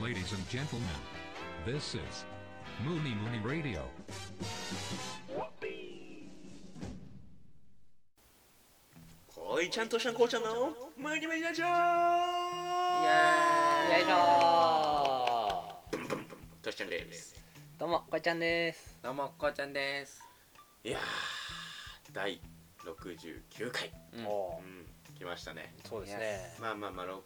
ladies and gentlemen. This is Mooney Mooney Radio. こいちゃんとしゃんこうちゃんのムーニームーニーラジオ。イよいしょとしちゃんです。 ー。どうもこいちゃんです。 どうもこうちゃんです。 いやー、第69回、 お来ましたね。 そうですね。 まあ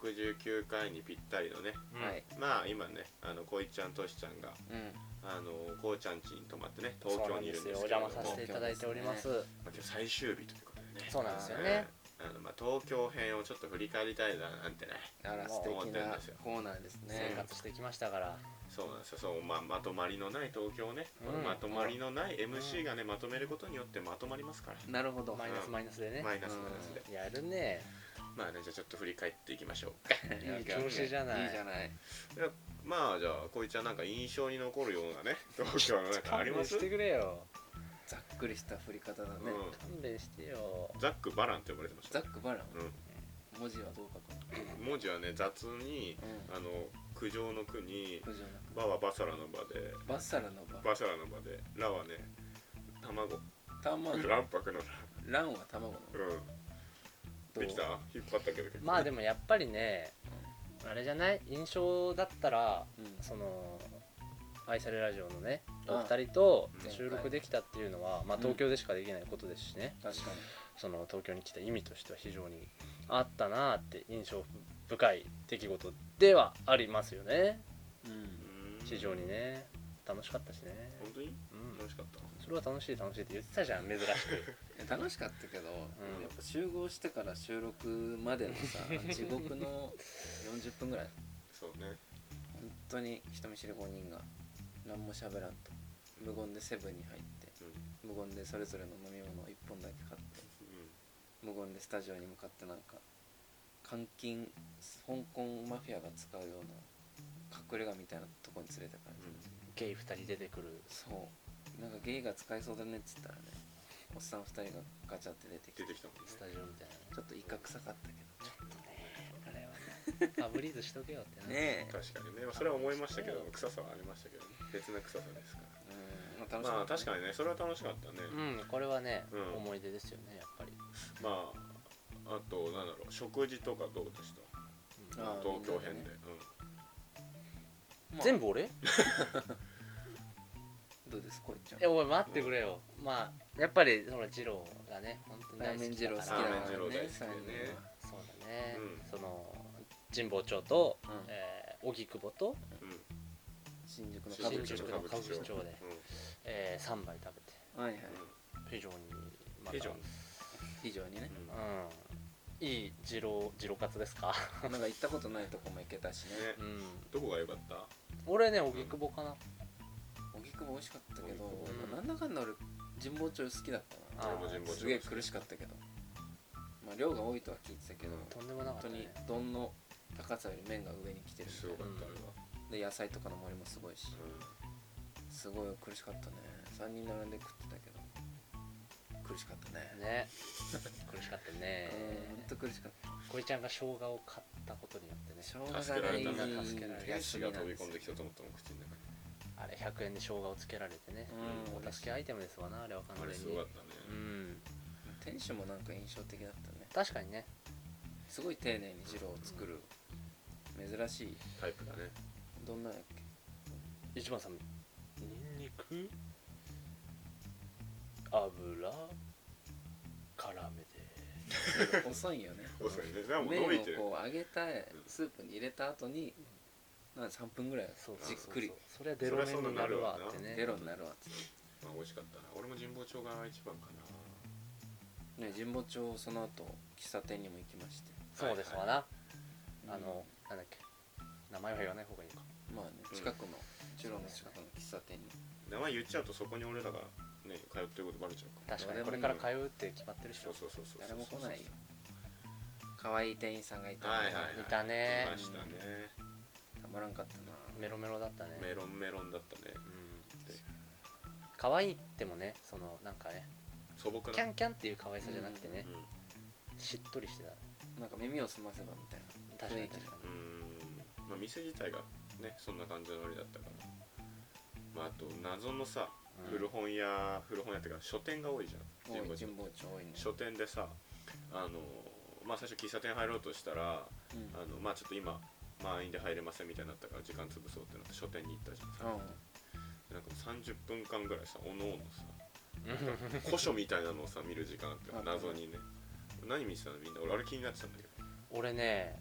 69回にぴったりのね、 はい。 まあ今ね、こいちゃんとしちゃんがこうちゃん家に泊まってね、東京にいるんですけども、 お邪魔させていただいております。 まあ今日最終日ということでね。 そうなんですよね。 まあ東京編をちょっと振り返りたいななんてね、 あら素敵なコーナーですね。 生活してきましたから。 そうなんですよ。そう、まとまりのない東京ね、まとまりのない MC がね、まとめることによってまとまりますから。 なるほど。 マイナスマイナスでね。 マイナスで。 やるね。 まあね、じゃあちょっと振り返っていきましょうか。 いい調子じゃない。 いいじゃない。 まあじゃあこいちゃんなんか印象に残るようなね、東京のなんかあります？ 勘弁してくれよ。 ざっくりした振り方だね。 勘弁してよ。 ザックバランって呼ばれてました。 ザックバラン。文字はどう書くの？ 文字はね、雑に苦情の苦に、バはバサラの場で、 バサラの場。 バサラの場で、ラはね、卵。卵白のランは卵の。 できた？引っ張ったけど。 まあでもやっぱりね、あれじゃない？印象だったら、その愛されラジオのね、お二人と収録できたっていうのは、まあ東京でしかできないことですしね。 確かに。 その東京に来た意味としては非常にあったなって印象深い出来事ではありますよね。非常にね、楽しかったしね。 本当に？楽しかった。 それは楽しいって言ってたじゃん、珍しく。 楽しかったけど、やっぱ集合してから収録までのさ、地獄の40分ぐらい。 そうね。 本当に人見知り5人が何も喋らんと無言でセブンに入って、無言でそれぞれの飲み物を1本だけ買って、無言でスタジオに向かってなんか監禁香港マフィアが使うような隠れ家みたいなとこに連れてかれて、 ゲイ2人出てくる。 そうなんかゲイが使いそうだねっつったらね、おっさん2人がガチャって出てきたもんね。 スタジオみたいな。 ちょっとイカ臭かったけど、 ちょっとね、あれはね、ファブリーズしとけよってね。 確かにね、それは思いましたけど、臭さはありましたけど、別な臭さですから。まあ確かにね、それは楽しかったね。 これはね、思い出ですよね、やっぱり。 まああとなんだろう、食事とかどうでした？東京編で。 全部俺？ どうですこいちゃん？ おい待ってくれよ。まあやっぱりその二郎がね、本当に大好きだから。 ラーメン二郎大好きでね。 そうだね。その神保町と荻窪と新宿の歌舞伎町で3杯食べて、非常に非常にね、 いい二郎カツですか？ なんか行ったことないとこも行けたしね。 どこが良かった？ 俺ね、荻窪かな。 荻窪美味しかったけど、なんだかんだ俺神保町好きだったな。すげえ苦しかったけど、まあ量が多いとは聞いてたけど、 とんでもなかったね。 本当に丼の高さより麺が上に来てる。 すごかったあれは。 で野菜とかの盛りもすごいし、すごい苦しかったね。3人並んで食ってたけど苦しかったね。 苦しかったね。 ほんと苦しかった。 こいちゃんが生姜を買ったことによってね、 生姜がね、 助けられた。天使が飛び込んできたと思ったもん、口の中に。 あれ100円で生姜をつけられてね、お助けアイテムですわな、あれは完全に。 あれすごかったね。 店主もなんか印象的だったね。 確かにね。 すごい丁寧に二郎を作る珍しいタイプだね。 どんなんやっけ？ 一番さん、ニンニク油絡めて遅いんよね。 遅いね。 麺をこう揚げたスープに入れた後に3分ぐらいじっくり。 それはデロ麺になるわってね。 デロになるわって。 まあ美味しかったな。俺も神保町が一番かな。 ね、神保町その後喫茶店にも行きまして。 そうですわな。なんだっけ、名前は言わない方がいいか。 まあね、近くの中路の近くの喫茶店に。 名前言っちゃうとそこに俺らがね通ってることバレちゃうか。 確かにこれから通うって決まってるし。 そう。 誰も来ないよ。可愛い店員さんがいた。 いたね。 いましたね。 たまらんかったな。 メロメロだったね。 メロンだったね。 可愛いってもね、そのなんかね、 素朴なキャンキャンっていう可愛さじゃなくてね、しっとりしてた。 なんか耳を澄ませばみたいな。 確かに。 まあ店自体がねそんな感じのノリだったから、まあ、あと謎のさ、 うん古本屋っていうか書店が多いじゃん。 神保町多いね。 書店でさまあ最初喫茶店入ろうとしたら、まあちょっと今満員で入れませんみたいになったから時間潰そうってなって書店に行ったじゃんさ、なんか30分間ぐらいさおのおのさ古書みたいなのをさ見る時間あって謎にね。何見てたのみんな。俺あれ気になってたんだけど。 俺ね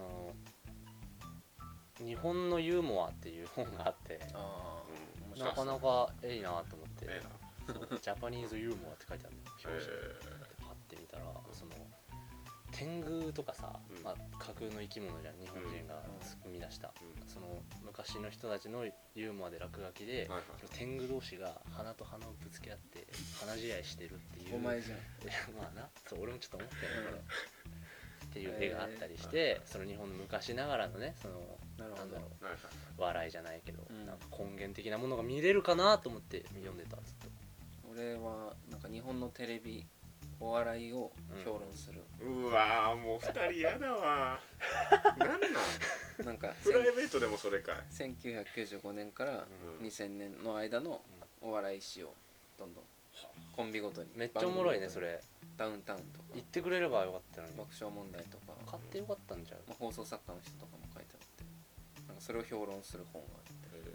日本のユーモアっていう本があってなかなかいいなと思ってジャパニーズユーモアって書いてあるの表紙でパッて見たらその天狗とかさ、まあ、架空の生き物じゃん日本人が生み出した、その昔の人たちのユーモアで落書きで、天狗同士が鼻と鼻をぶつけ合って話し合いしてるっていうお前じゃん。 まあなそう俺もちょっと思ってるんだけどっていう絵があったりして、その日本の昔ながらのねそのなんだろう笑いじゃないけど、なんか根源的なものが見れるかなと思って読んでたずっと。 俺はなんか日本のテレビお笑いを評論する、 うわーもう2人嫌だわなんなんかプライベートでもそれかい。 1995年から2000年の間のお笑い史をどんどんコンビごとにめっちゃおもろいねそれ。 ダウンタウンとか言ってくれればよかったのに。 爆笑問題とか買ってよかったんじゃん。 まあ、放送作家の人とかも書いてあってなんかそれを評論する本があって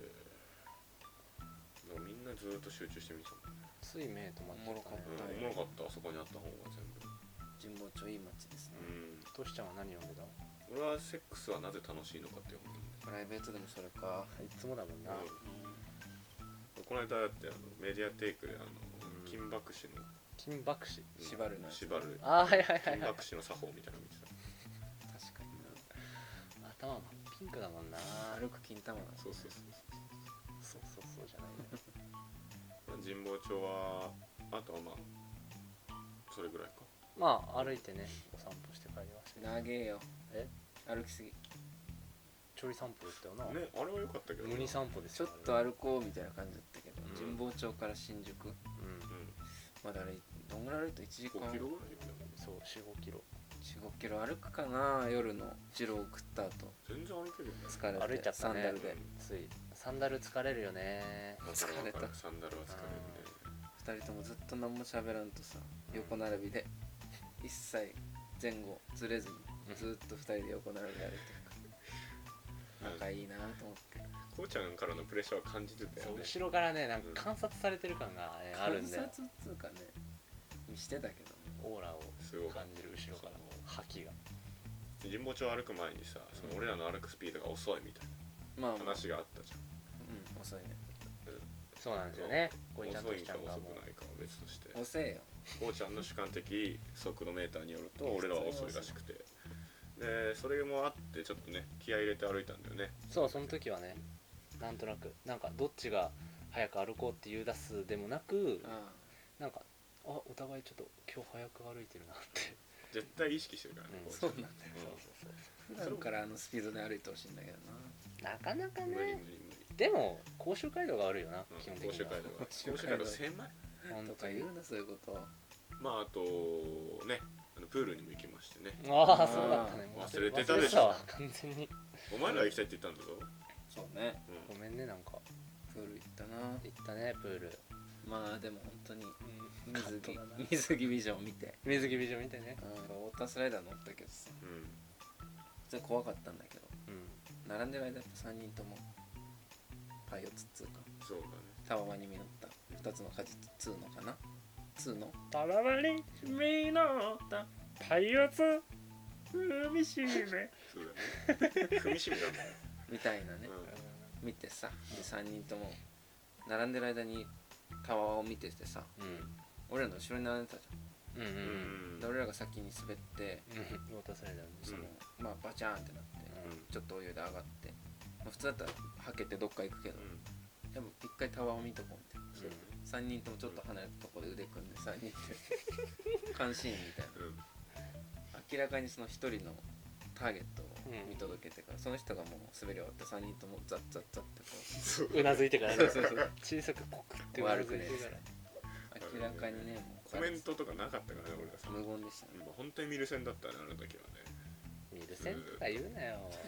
みんなずっと集中して見てたもんね。 つい目止まっておもろかったおもろかった。あそこにあった本が全部。 神保町いい街ですね、 トシちゃんは何読んでたの？ 俺はセックスはなぜ楽しいのかって本プライベートでもそれか、 いつもだもんな。 この間だってメディアテイクで金箔師の金箔師縛るな縛るあーはいはいはいはい。 金箔師の作法みたいなの見てた。 確かにな頭真っピンクだもんな。 歩く金玉なそうそうそうそうそうそうじゃないね。 神保町はあとはまあそれぐらいか。 まあ歩いてねお散歩して帰りましたけど。 長えよえ歩きすぎちょい散歩だったよな。 ねあれは良かったけどな。 無に散歩ですよ。 ちょっと歩こうみたいな感じだったけど、 うん神保町から新宿まだあれどんぐらい歩いた1時間 5キロぐらいだよね。 そう4、5キロ。 4、5キロ歩くかな夜の二郎を食った後全然歩けるよね。 疲れて歩いちゃったね。 サンダルでついサンダル疲れるよね。 疲れたサンダルは疲れるね。 2人ともずっと何も喋らんとさ横並びで一切前後ずれずにずっと2人で横並びで歩いてるから仲いいなと思ってこうちゃんからのプレッシャーは感じてたよね。 後ろからねなんか観察されてる感が、ねあるんで、 観察っつうかね見してたけどオーラをすごい感じる後ろからの覇気が。 神保町を歩く前にさ、その俺らの歩くスピードが遅いみたいまあまあな話があったじゃん。 遅いねそうなんですよね。こいちゃんと遅いかきちゃんが遅もうくないかは別として、 遅えよこうちゃんの主観的速度メーターによると俺らは遅いらしくて、でそれもあってちょっとね気合い入れて歩いたんだよね。 そうその時はねなんとなくなんかどっちが早く歩こうって言い出すでもなくあなんかお互いちょっと今日早く歩いてるなって絶対意識してるからね。 うんこちゃそうなんだよそう普段からあのスピードで歩いてほしいんだけどななかなか無理無ね理無理。 でも甲州街道が悪いよな、基本的には甲州街道は甲州甲州街道狭い。 本当にとか言うなそういうことまああとねプールにも行きましてね。 ああそうだったねもう忘れてたでしょ忘れてたわ完全にお前ら行きたいって言ったんだぞ。 そうねごめんねなんかプール行ったな行ったねプール、 まあでも本当に水着カットだな水着ビジョン見て水着美女見てねウォータースライダー乗ったけどさうん普通に怖かったんだけどうん並んでる間って3人ともパイオツっつうかそうだね。 たわわに実った2つの果実2のかな2のたわわに実ったパイオツ踏みしめそうだね。踏みしめたんだよ。 みたいなね見てさで3人とも並んでる間にタワーを見ててさうん俺らの後ろに並んでたじうんうんううんんゃんで俺らが先に滑ってウォータースライダーそのまあバチャーンってなってちょっとお湯で上がってまあ普通だったらはけてどっか行くけどでも一回タワーを見とこうみたいなそうだね。 3人ともちょっと離れたところで腕組んで3人で監視員みたいな明らかにその1人のターゲットを見届けてからその人がもう滑り終わって3人ともザッザッザッってこうなずいてからねそうそうそう小さくコクってうなずいてからう明らかにねもうコメントとかなかったからね俺らさ。 無言でしたねもう本当に見る線だったねあの時はね。 見る線とか言うなよ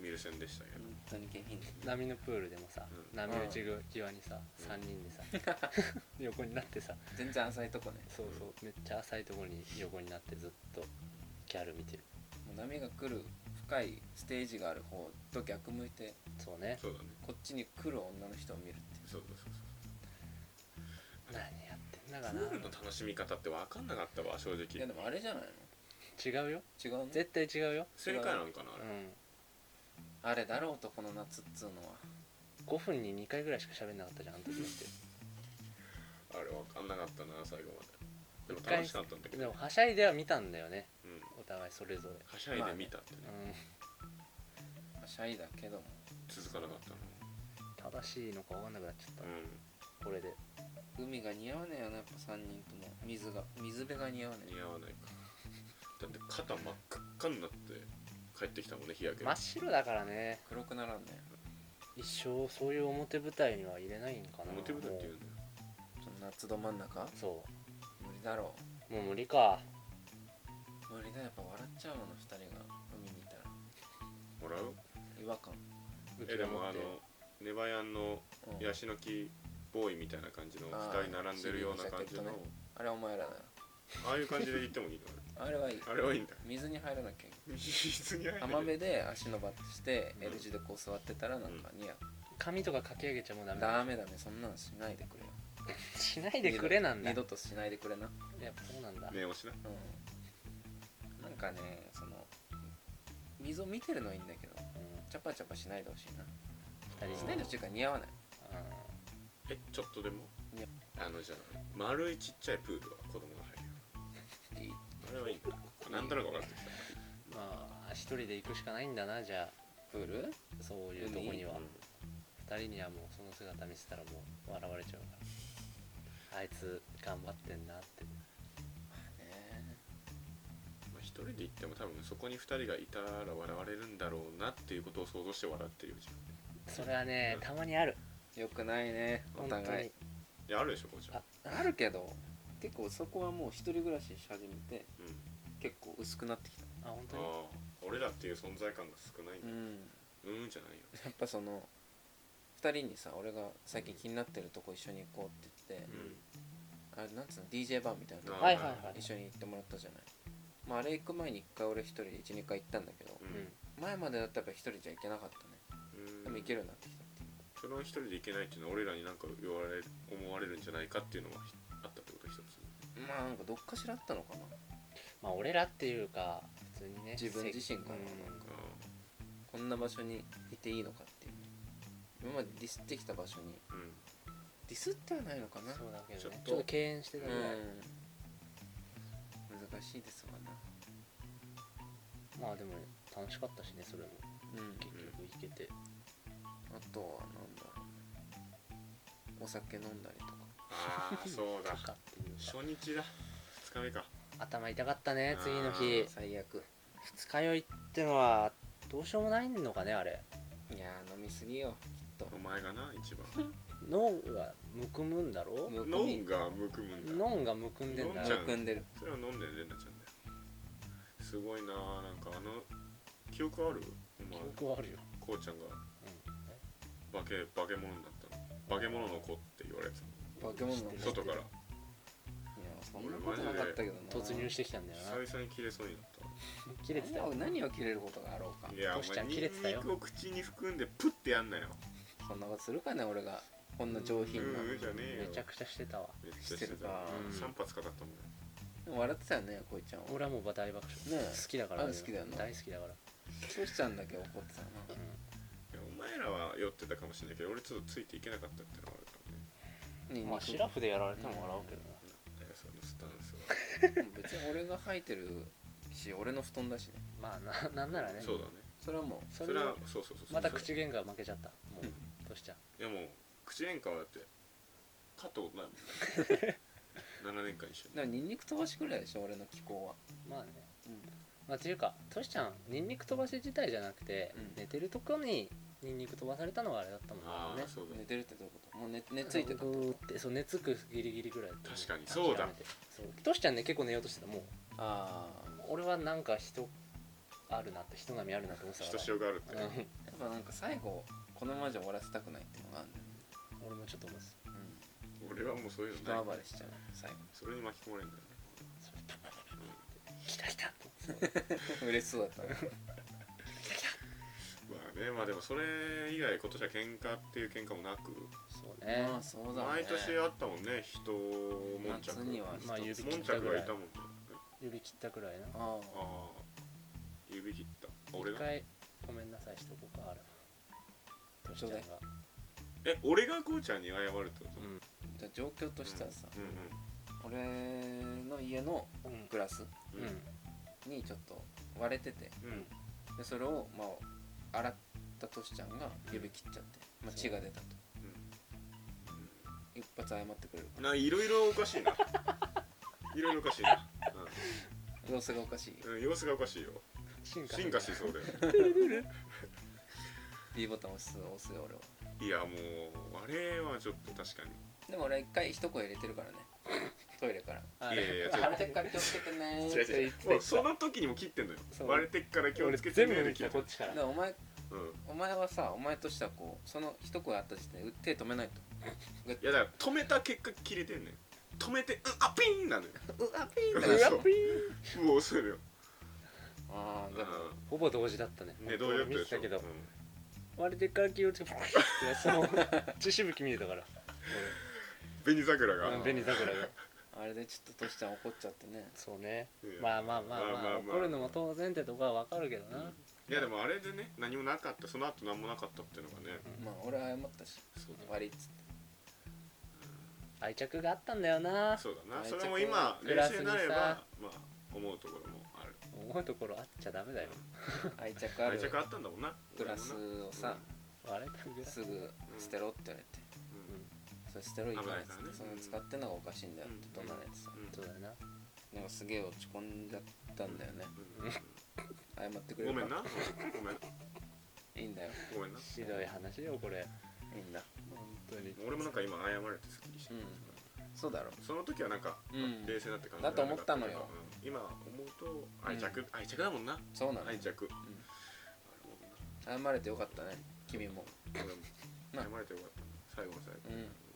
見る線でしたけど、 本当に下品で波のプールでもさ、 うん波打ち際にさ、3人でさ横になってさ、 全然浅いとこね。 そうそうめっちゃ浅いところに横になってずっとギャル見てる。 もう波が来る深いステージがある方と逆向いてそうね。 そうだね、 こっちに来る女の人を見るっていう。 そうそうそう何やってんだかそう、 な。 プールの楽しみ方って分かんなかったわ正直。 いやでもあれじゃないの？ 違うよ。 違うの？ 絶対違うよ。 正解なのかなあれ、 うん。 あれだろうとこの夏っつうのは。 5分に2回ぐらいしか喋んなかったじゃんあの時だって。 あれ分かんなかったな最後まで。でも一回楽しかったんだけど、 でもはしゃいでは見たんだよね。 うん、 お互いそれぞれ。 はしゃいで見たってね、 シャイだけども続かなかった正しいのか分かんなくなっちゃった、 の。 これで。 海が似合わねえよなやっぱ3人とも。水辺が似合わね似合わないか。だって肩真っ赤っかになって帰ってきたもんね、日焼け。 真っ白だからね。 え。黒くならんね。 一生そういう表舞台には入れないんかな。 表舞台って言うんだよ。 その夏ど真ん中そ無理だろう。もう無理か。 う。無理だ、やっぱ笑っちゃうもの2人が海見たらもらう？ 違和感。 でもネバヤンのうんヤシの木ボーイみたいな感じの2人並んでるような感じの、 あーあれお前らだよ。 ああいう感じで行ってもいいの？ あれはいい。 あれはいいんだ。 水に入らなきゃいい。 水に入って浜辺で足伸ばしてうん L 字でこう座ってたらなんか似合う。 髪とかかき上げちゃもうダメダメダメ、そんなのしないでくれよ。 しないでくれなんだ。 二度としないでくれな。 やっぱそうなんだ。 目押しな。 うん。なんかね、その水を見てるのはいいんだけど、 うん、 チャパチャパしないでほしいな。 二人しないでほしいから似合わない。 ちょっとでもいやじゃあ丸いちっちゃいプールは子供が入るよ。 いい。 あれはいいんだ。なんとなく分かってきまあ一人で行くしかないんだな。じゃあプール？ そういうとこにはた。 二人にはもうその姿見せたらもう笑われちゃうからあいつ頑張ってんなって。 一人で行っても多分そこに二人がいたら笑われるんだろうなっていうことを想像して笑ってるよ。 それはねたまにある。 よくないね、お本当互い。 に。 いやあるでしょこっちは。 あるけど、結構そこはもう一人暮らしし始めて、 うん。 結構薄くなってきた。 あ本当に。 ああ、俺らっていう存在感が少ないんだ。 ん。 じゃないよ。 やっぱその2人にさ、俺が最近気になってるとこ一緒に行こうって言って、あれなんつうの DJ バーみたいなとこはいはいはい。 一緒に行ってもらったじゃない。まああれ行く前に1回俺1人で 1,2 回行ったんだけど、 うん。 前までだったらやっぱ1人じゃ行けなかったね。でも行けるようになってきたっていう。 それは一人で行けないっていうのは俺らになんか思われるんじゃないかっていうのはあったってこと一つ。 まあなんかどっかしらあったのかな。 まあ俺らっていうか普通にね自分自身かな、 うんなんかこんな場所にいていいのかっていう。今までディスってきた場所にディスってはないのかな。 そうだけどねちょっとちょっと敬遠してたぐらい、 難しいですわな。 まあでも楽しかったしねそれもうん。 結局行けて、 あとはなんだろう、お酒飲んだりとか。 ああそうだ。 とかっていうか初日だ。2日目か。 頭痛かったね次の日。 最悪。 二日酔いってのはどうしようもないのかねあれ。 いやー飲みすぎよきっと。 お前がな一番。 脳がむくむんだろ。 むく脳みがむくむんだ。 脳がむくんでんだ飲んじゃうろ。 むくんでる。 それは飲んでるレンナちゃんだよ。すごいなあ、なんか記憶ある？お前記憶あるよ。 こうちゃんが化け物になったの。化け物の子って言われてたの。 化け物の知ってる外からいやそんなことなかったけどな。 突入してきたんだよな。 久々に切れそうになっ切れてたよ。 何を切れることがあろうかた。。いやおトシちゃん前切れてたよニンニクを口に含んでプッてやんなよ。 そんなことするかね俺が。こんな上品な。 じゃねえよ。 めちゃくちゃしてたわ。 めっちゃしてた。 してるか 3発かかったもんね。 でも笑ってたよね、こいちゃんは。 俺はもう大爆笑。 ねえ好きだから、 あれ好きだよな大好きだから。 トシちゃんだけ怒ってたな。 いやお前らは酔ってたかもしれないけど、俺ちょっとついていけなかったっていうのがあるからね。 まあシラフでやられても笑うけどな。 なんだよそのスタンスは。 別に俺が吐いてるし、俺の布団だしね。 まあなんならね。 そうだね。 それはもそれはそれはそうそうそうそう。 また口喧嘩負けちゃった。もうトシちゃん。 いやもう口喧嘩はだって勝ったことないもんね。7年間一緒う。だからニンニク飛ばしぐらいでしょ、俺の気候は。 まあね。まあっていうかトシちゃんニンニク飛ばし自体じゃなくて、 うん寝てるとこにニンニク飛ばされたのがあれだったもんねああ。そうだ寝てるってどういうこと？もう寝ついてたってグーこってそう寝つくギリギリぐらい。 確かにそうだ。 そうトシちゃんね結構寝ようとしてたもう。 と？あ俺はなんかあるなって人並みあるなって思ってたから人潮があるってね、 やっぱなんか最後このままじゃ終わらせたくないっていうのがあるんだよね。 俺もちょっと思ってた。 俺はもうそういうの人ない暴れしちゃう最後。 それに巻き込まれるんだよね。 来た来た嬉しそうだったね。 まあね、まあでもそれ以外今年は喧嘩っていう喧嘩もなく、 そうね。 まあそうだね。 毎年あったもんね、人もんちゃく。 夏にはまあ指切もんちゃくったぐらいがいたもんね。 指切ったくらいな。 あああ、指切った。俺が一回ごめんなさいしとこうかあれは。としちゃんが。 俺がこうちゃんに謝るってこと？ うんじゃあ状況としてはさ、 うん俺の家のうんグラスうんうんにちょっと割れてて、 うんでそれをまあ洗ったとしちゃんが指切っちゃって、まあ、血が出たと。一発謝ってくれるかいろいろおかしいな。いろいろおかしいな。 様子がおかしい。 様子がおかしいよ。 進進化しそうだよ。 B ボタン押すよ俺は。 いやもうあれはちょっと確かに。 でも俺一回一声入れてるからね、トイレから。 あいやいや腫れてっから気をつけてねー。 違う違う。もうその時にも切ってんのよ。 そう割れてっから気を俺つけて全部見ねで切るたこっちから。 でお前うん。 はさ、お前としてはこうその一声あった時点で手止めないと。 いやだから止めた結果切れてんねん。止めてあピーンなのよ。 うわピーンうわだ。 そうもう遅いのよ。 ああでもほぼ同時だったね。 ねどうやって見てたけどうん割れてから気をつけてその血しぶき見えたから。 紅桜が。 うん紅桜が。 あれでちょっとトシちゃん怒っちゃってね。 そうねいや。 まあまあまあまあ怒るのも当然ってとこはわかるけどな。 いやでもあれでね何もなかったその後何もなかったっていうのがね。 まあ俺は謝ったし、 そうだ悪いっつって。 愛着があったんだよな。 そうだな。 愛着それも今冷グラスにさ静になればまあ思うところもある。 思うところあっちゃダメだよ。 愛着ある愛着あったんだもんな。 グラスをさ、 割れたぐらい。 すぐ捨てろって言われて、それ捨てろいかないっつって、その使ってんのがおかしいんだよって怒鳴られてさ、 そうだよな。 なんかすげえ落ち込んじゃったんだよね。謝ってくれるか。 ごめんな。ごめん。 いいんだよ、 ごめんな。 ひどい話よこれ。 いいんだ。 本当に。 俺もなんか今謝られてすっきりした。 そうだろ。 その時はなんかうん冷静になって感じだと思ったのよ。 今思うと愛着だもんな。 そうなの。 愛着。 謝れてよかったね、君も。 謝れてよかった。最後の最後。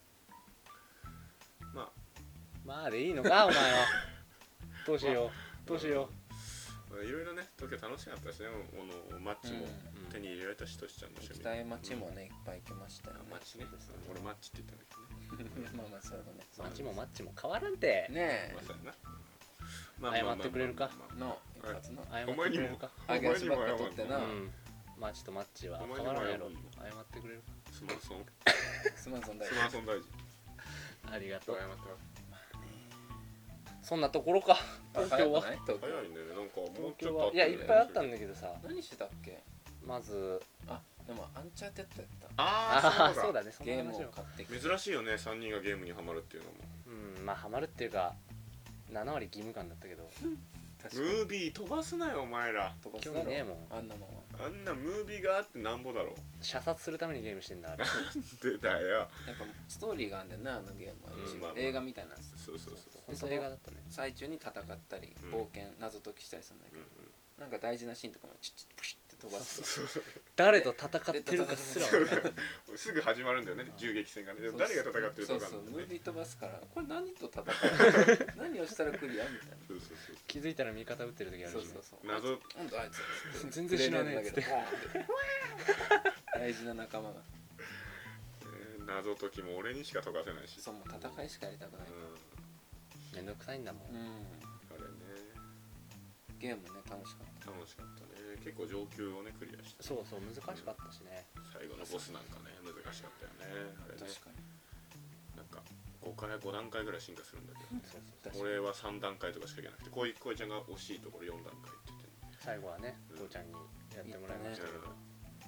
まあまあでいいのかお前は。どうしようどうしよいろいろね東京楽しかったですね。マッチもう。 手に入れられたしとしちゃんの行き趣味。 たい街もねいっぱい行きましたよね。 マッチね。俺マッチって言ったんだけどね。 まあまあそれもね。 マッチもマッチも変わらんて。 ねまあそうやな。 謝ってくれるかの一発の謝ってお前にもくれるか。 揚げ足ばっか取ってな、 うん。マッチとマッチは変わらんやろ。謝ってくれるか。 スマソンスマソン大スマソン大臣。 ありがとう謝。ってます。 そんなところか。東京は。 早くない東京早いね。なんかもう東ちょっと京はいやいっぱいあったんだけどさ。 何してたっけ。 まずあでもアンチャーテッドやった。 ああそうだね。そんなゲームを話を。 買ってきて。 珍しいよね。3人がゲームにハマるっていうのも。 うんまあハマるっていうか7割義務感だったけど。 確かにムービー飛ばすなよお前ら。 飛ばす興味ねえもん。 あんなもんは。 あんなムービーがあってなんぼだろう。 射殺するためにゲームしてんだあれ。 でだよ。 やっぱストーリーがあるんだよね、あのゲームは。 まあまあ映画みたいなんです。 そうそうそう。 本当映画だったね。 最中に戦ったりうん冒険謎解きしたりするんだけど、なんか大事なシーンとかもチッチップシッって飛ばすとそうそう誰と戦ってるかすら分かんない。 すぐ始まるんだよね。銃撃戦がね。でも誰が戦ってるか分かんないんだよね。 そうそうムービー飛ばすからこれ何と戦う何をしたらクリアみたいな。 そうそうそう。 気づいたら味方撃ってる時あるしねそうそう。そう謎なんだあいつ全然知らねえっつってプレネだけど大事な仲間が謎解きも俺にしか解かせないし。 そうもう戦いしかやりたくない。 めんどくさいんだもん。 あれね。 ゲームね楽しかった。 楽しかったね。結構上級をねクリアして。 そうそう難しかったしね。 最後のボスなんかね難しかったよね。あれね。 確かになんか5段階ぐらい進化するんだけど。 そうそう確かに俺は3段階とかしかいけなくて、こいちゃんが惜しいところ4段階って言ってね。 最後はねこうちゃんにやってもらいましたけど。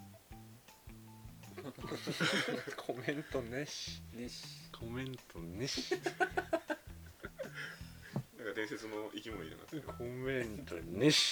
コメントねし。 ねしコメントねし。 なんか伝説の生き物いなかった。 コメントねし。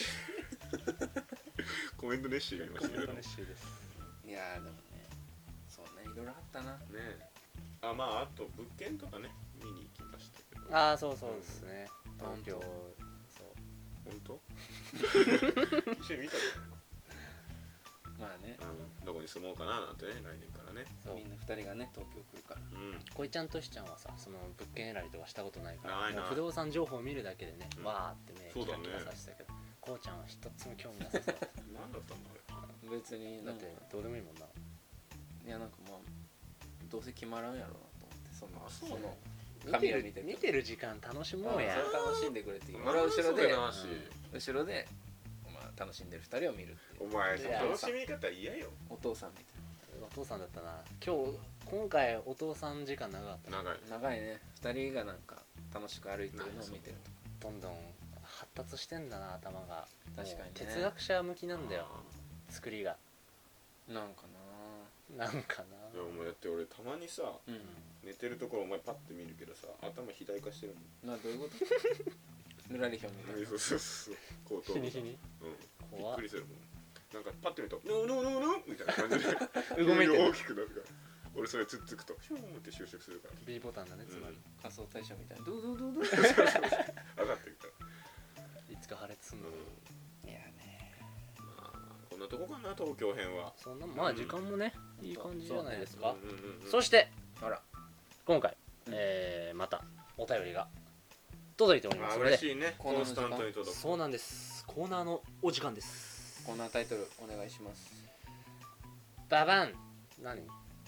コメントネッシーがいましたけど。ねコメントねしです。 いやーでもねそうねいろいろあったな。 え。あまああと物件とかね見に行きましたけど。 ああそうそうですね。東京そう本当一緒に見たじまあねゃん、どこに住もうかななんてね、来年からね。 そうみんな2人がね東京来るからこいちゃんとしちゃんはさその物件選びとかしたことないからないなもう不動産情報を見るだけでね、わーって目そうだねキラキラさせてたけど、こうちゃんは一つも興味なさそうだった何だったんだあれ。 別にだってどうでもいいもんな。 いやなんかまあどうせ決まらんやろうなと思ってそそうの見てる紙を見て見てる時間楽しもうや。 それ楽しんでくれていいまあ俺は後ろでそうだなし後ろでまあ楽しんでる2人を見るっていうお前いや楽しみ方嫌よ。 お父さんみたいお父さんだったな。今回お父さん時間長かったな。 長い。 な長いね2人がなんか楽しく歩いてるのを見てるとどんどん発達してんだな頭が。 確かにねもう哲学者向きなんだよ作りが。 なんかなんかな。 いやお前だって俺たまにさな寝てるところお前パッて見るけどさ頭肥大化してるもん。 どういうことぬらりひょんみたいなそうそうそう後頭部が日に日にびっ怖っくりするもん。なんかパッて見ると「ノーノーノーノー」みたいな感じでうごめいてる大きくなるから俺それつっつくとシューンって就職するから B ボタンだねつまり。 仮想大賞みたいなドゥドゥドゥドゥ上がってるからいつか破裂すんの。 いやねまあこんなとこかな東京編は。 そんなまあ時間もねいい感じじゃないですか。 うんうんうんそしてあら今回またお便りが届いておりますので。 嬉しいねコンスタントに届く。 そうなんです。コーナーのお時間です。 コーナータイトルお願いしますババン。何？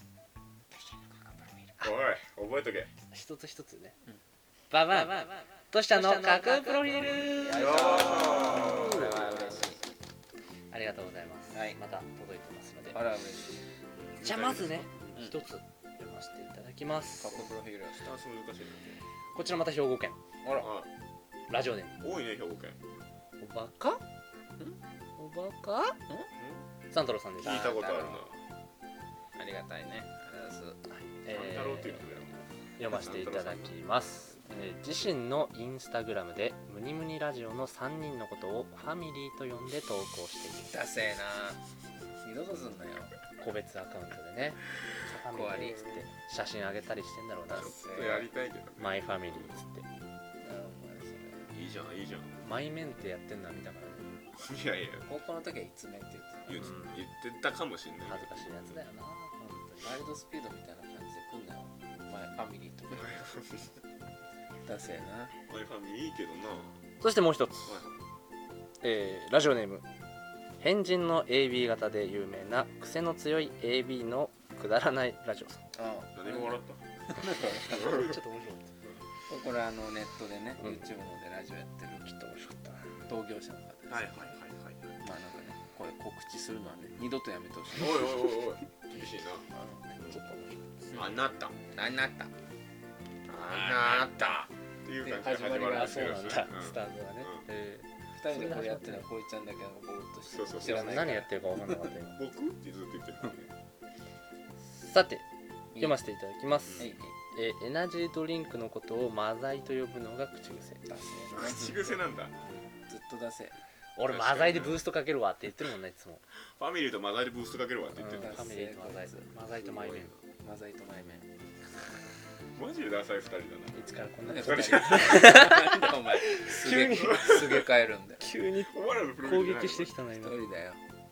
おい覚えとけ。 一つ一つね。 うんババン。としちゃんの架空プロフィール。 よーこれは嬉しいありがとうございます。 はいまた届いてますので。 あら嬉しいじゃあまずねうん一つ読ませていただきます過。去プロフィールスタンス難しいこちらまた兵庫県あらな。あラジオネーム多いね兵庫県。 おばか？おばか？サンタロウさんです。 聞いたことあるな。 ありがたいねありがとうございます三太郎っていうのだよ。 読ませていただきます、自身のインスタグラムでムニムニラジオの3人のことをファミリーと呼んで投稿しているダセーな二度とすんなよ個別アカウントでねファミリーっつって写真あげたりしてんだろうな。 ちょっとやりたいけどね。 マイファミリーっつっていいじゃんいいじゃん。 マイメンってやってんのは見たからね。 いやいや高校の時はいつめって言って言ってたかもしんない恥ずかしいやつだよな本当に。 たワイルドスピードみたいな感じで来んなよ前ファミリーとかダセーなマイファミリーいいけどな。 そしてもう一つ、ラジオネーム変人の AB 型で有名な癖の強い AB のくだらないラジオさん。 何が笑ったちょっと面白かっこれネットでね、 うん YouTube のでラジオやってるた。ちょっと面白かったな。 同業者の方です、 はいはいはいはい。 まあなんかねこれ告知するのはね二度とやめてほしいおいおいおいおい厳しいな。 ちょっと面白かっあなた何なったあなたっていう感じで始まるた。あ、 んですけどそうなんだ、スタートがね。 二人でこれやってるのはこいちゃんだけがぼーっとしてそうそうそう知らないから何やってるか分かんなかった今。 僕ってずっと言ってるからね。 さて読ませていただきます、 はいエナジードリンクのことをマザイと呼ぶのが口癖。 ダセーな口癖なんだ。 ずっと出せ俺マザイでブーストかけるわって言ってるもんねいつも。 ファミリーとマザーでブーストかけるわって言ってるうんファミリーとマザイマザイとマイメン。いマザイとマイメンマジでダサい二人だな。 つからこんななんことでなんでお前すげ急にすげ替えるんだよ急にお前らのプロ攻フィールじゃない撃してきたな一今。 人だよ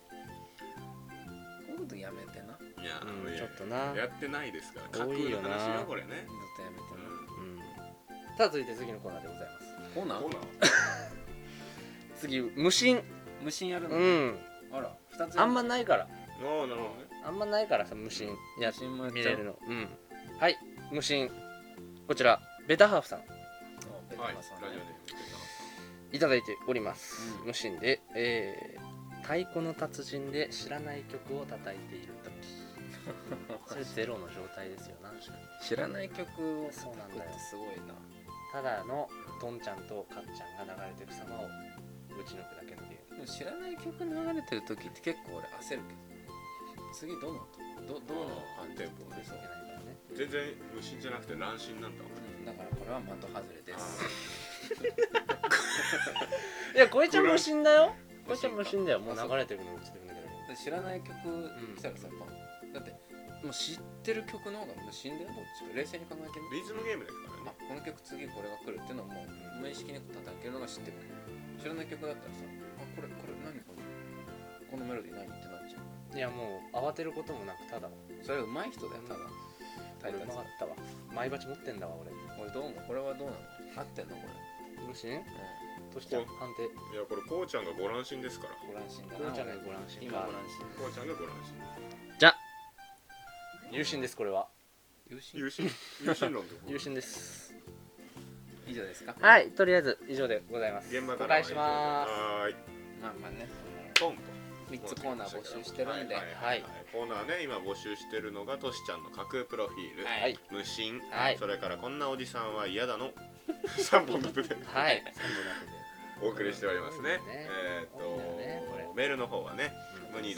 こういうことやめてないやちょっとな。 やってないですから。 多いよな架空の話よこれね。 二度とやめてなうん。さあ続いて次のコーナーでございます。 コーナーほな。 次無心。 無心やるの、 うん。 あら二つあんまないから。 ああなるほどね。 あんまないからさ無心や無心もやっちゃう見れるの。うん。はい無心。こちらベタハーフさんベタはい。ラマさんねジオネームベタハいただいております。 うん無心で、太鼓の達人で知らない曲を叩いている時。それゼロの状態ですよな。 知らない曲をそうなんだよってすごいなただのドンちゃんとカッちゃんが流れていく様を打ち抜くだけのゲーム。 でも知らない曲流れてる時って結構俺焦るけど次どの音どのあーテンポこれいけないからね。 全然無心じゃなくて乱心なんだもん。 だからこれは的外れですいやこいちゃん無心だよ。こいちゃん無心だよ。もう流れてるの打ちてるんだけど。 で知らない曲来たらさ、だってもう知ってる曲の方が無心だよどっちか冷静に考えてみリズムゲームですからね。 あこの曲次これが来るっていうのをもう無意識に叩けるのが知ってる知知らない曲だったらさ、あ、これ何このメロディー何ってなっちゃう。 いやもう慌てることもなくただそれ上手い人だよ、ただ俺うまかったわ。マイバチ持ってんだわ俺。 俺どう思う、これはどうなの、合ってんのこれ。 よろしい？としちゃん判定。 いやこれこうちゃんがご乱心ですから。 ご乱心だな。 こうちゃんがご乱心か今ご乱心。 こうちゃんがご乱心。 じゃあ有心ですこれは。 優秀。 有心論ってこと。 有心です。 以上ですか。 はいとりあえず以上でございます。 現場からお返しします。 はーい。 まあまあね、 ポンと。 3つコーナー募集してるんで、 はいコーナーね今募集してるのがとしちゃんの架空プロフィール、 はい無心、 はいそれからこんなおじさんは嫌だの3本立てではい3 お送りしておりますね。 ねえ多いんだよねこれメールの方はね本で。 ムニ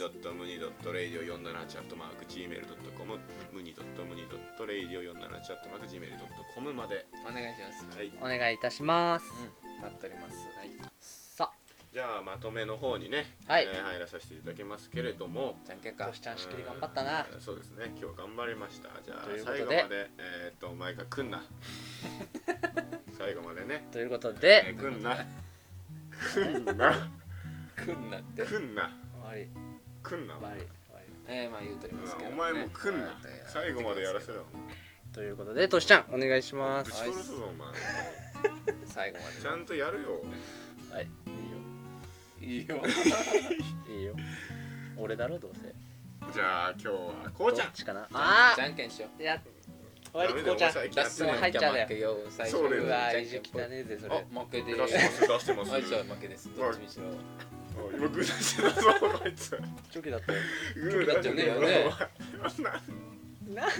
.radio478@gmail.com ムニ.radio478@gmail.com まで。 お願いします。 はい。 お願いいたします。 待っております。はい。 さじゃあまとめの方にね、 はい入らさせていただきますけれども、 じゃんけんかあと。しちゃん仕切り頑張ったな。 そうですね今日頑張りました。じゃあということで最後まで毎回来んな最後までね、 ということで来んなくんなって。 来んな終わり来んな終わり。 まあ言うとりますけどね。 お前も来んな最後までやらせろ。 ということでとしちゃんお願いしますぶち。殺すぞお前最後まで。 ちゃんとやるよ。 はいいいよ。 いいよ俺だろどうせ。 じゃあ今日はこうちゃんどっちかな。あじゃんけんしよう。 いや終わりダメだよこうちゃん。 お前最近やってないもう入っちゃうね負けよ。最初そうだようわじゃんけん意地汚ねえぜそれ。 あ、負けで出してます出してますはい、じゃあ負けです。どっちにしろ。 今グー出してたぞこいつチョキだったよ。 グー出してねえよねなん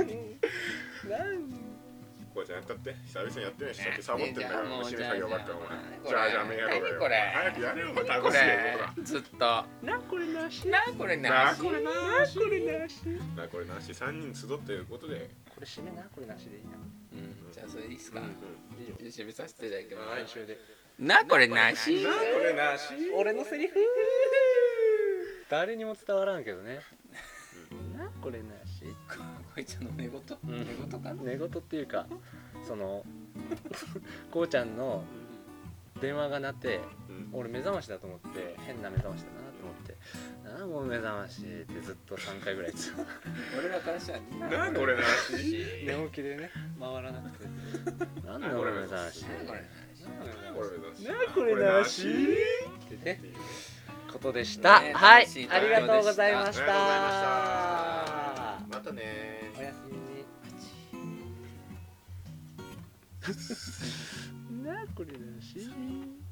こうちゃんやったって久々にやってないしさっきサボってんだからもう虫に作業終わったお前じゃあじゃあめやろうがよ何これ早くやれよお前タこコスよれずっとななこれなしこれななしこれなしこれなしなこれなし3人集っていうことでこれ締めなこれなしでいいな。 うん、じゃあそれいいっすか。 いいよじゃあ締めさせていただきます。 練習で。 なこれなしなこれなし俺のセリフ誰にも伝わらんけどね。なこれなし。 こいつの寝言ん寝言かな。 寝言っていうかそのこうちゃんの電話が鳴って俺目覚ましだと思って変な目覚ましだなと思って「ああもう目覚まし」ってずっと3回ぐらい言ってた。 俺らからしたらなこれなし寝起きでね回らなくて「なんだ俺目覚まし」 これこれなしなこれなしってねことでした。 ねはい楽しいありがとうございましありがとうございましたた。 またねおやすみに。なこれなし。